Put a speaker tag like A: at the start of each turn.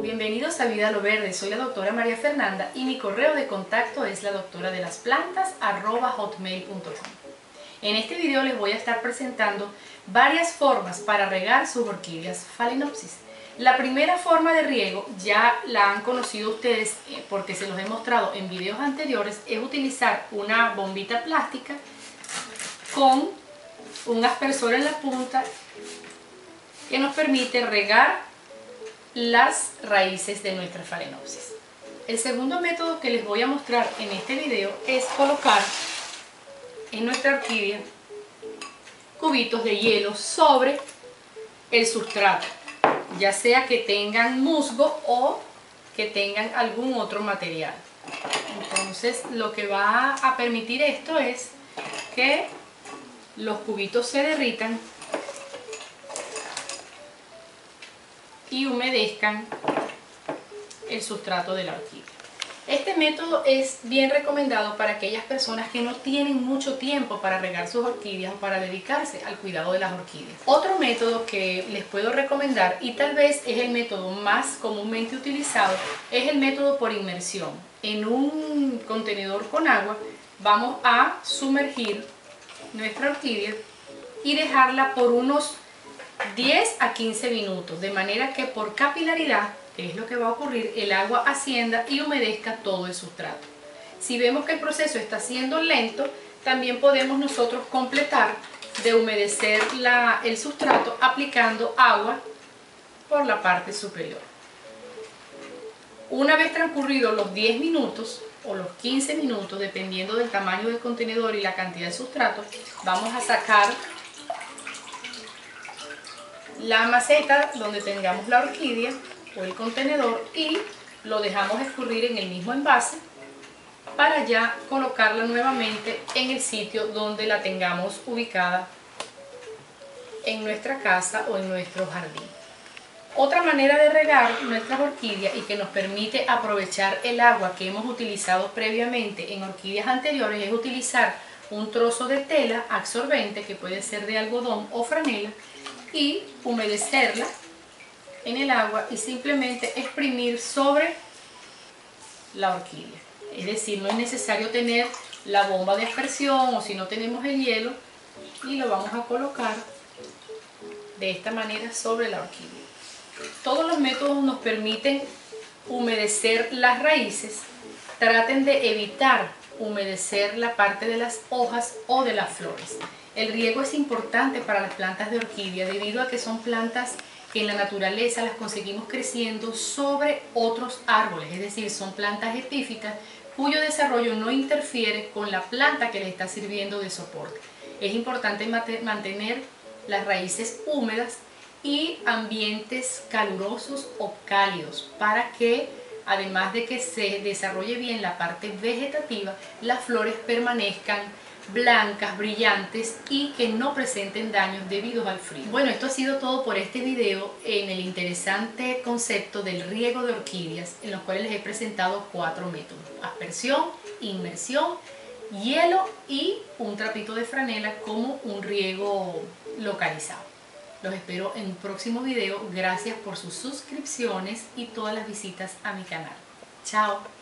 A: bienvenidos a Vida Lo Verde. Soy la doctora María Fernanda y mi correo de contacto es ladoctoradeلاsplantas@hotmail.com. En este video les voy a estar presentando varias formas para regar sus orquídeas Phalaenopsis. La primera forma de riego ya la han conocido ustedes porque se los he mostrado en videos anteriores, es utilizar una bombita plástica con un aspersor en la punta que nos permite regar las raíces de nuestra Phalaenopsis. El segundo método que les voy a mostrar en este video es colocar en nuestra orquídea cubitos de hielo sobre el sustrato, ya sea que tengan musgo o que tengan algún otro material. Entonces lo que va a permitir esto es que los cubitos se derritan y humedezcan el sustrato de la orquídea. Este método es bien recomendado para aquellas personas que no tienen mucho tiempo para regar sus orquídeas o para dedicarse al cuidado de las orquídeas. Otro método que les puedo recomendar, y tal vez es el método más comúnmente utilizado, es el método por inmersión. En un contenedor con agua vamos a sumergir nuestra orquídea y dejarla por unos 10 a 15 minutos, de manera que por capilaridad, que es lo que va a ocurrir, el agua ascienda y humedezca todo el sustrato. Si vemos que el proceso está siendo lento, también podemos nosotros completar de humedecer el sustrato aplicando agua por la parte superior. Una vez transcurridos los 10 minutos o los 15 minutos, dependiendo del tamaño del contenedor y la cantidad de sustrato, vamos a sacar la maceta donde tengamos la orquídea o el contenedor y lo dejamos escurrir en el mismo envase para ya colocarla nuevamente en el sitio donde la tengamos ubicada en nuestra casa o en nuestro jardín. Otra manera de regar nuestras orquídeas y que nos permite aprovechar el agua que hemos utilizado previamente en orquídeas anteriores es utilizar un trozo de tela absorbente, que puede ser de algodón o franela, y humedecerla en el agua y simplemente exprimir sobre la orquídea. Es decir, no es necesario tener la bomba de aspersión, o si no tenemos el hielo, y lo vamos a colocar de esta manera sobre la orquídea. Todos los métodos nos permiten humedecer las raíces. Traten de evitar humedecer la parte de las hojas o de las flores. El riego es importante para las plantas de orquídea debido a que son plantas que en la naturaleza las conseguimos creciendo sobre otros árboles, es decir, son plantas epífitas cuyo desarrollo no interfiere con la planta que les está sirviendo de soporte. Es importante mantener las raíces húmedas y ambientes calurosos o cálidos para que, además de que se desarrolle bien la parte vegetativa, las flores permanezcan blancas, brillantes y que no presenten daños debido al frío. Bueno, esto ha sido todo por este video en el interesante concepto del riego de orquídeas, en los cuales les he presentado 4 métodos: aspersión, inmersión, hielo y un trapito de franela como un riego localizado. Los espero en un próximo video. Gracias por sus suscripciones y todas las visitas a mi canal. Chao.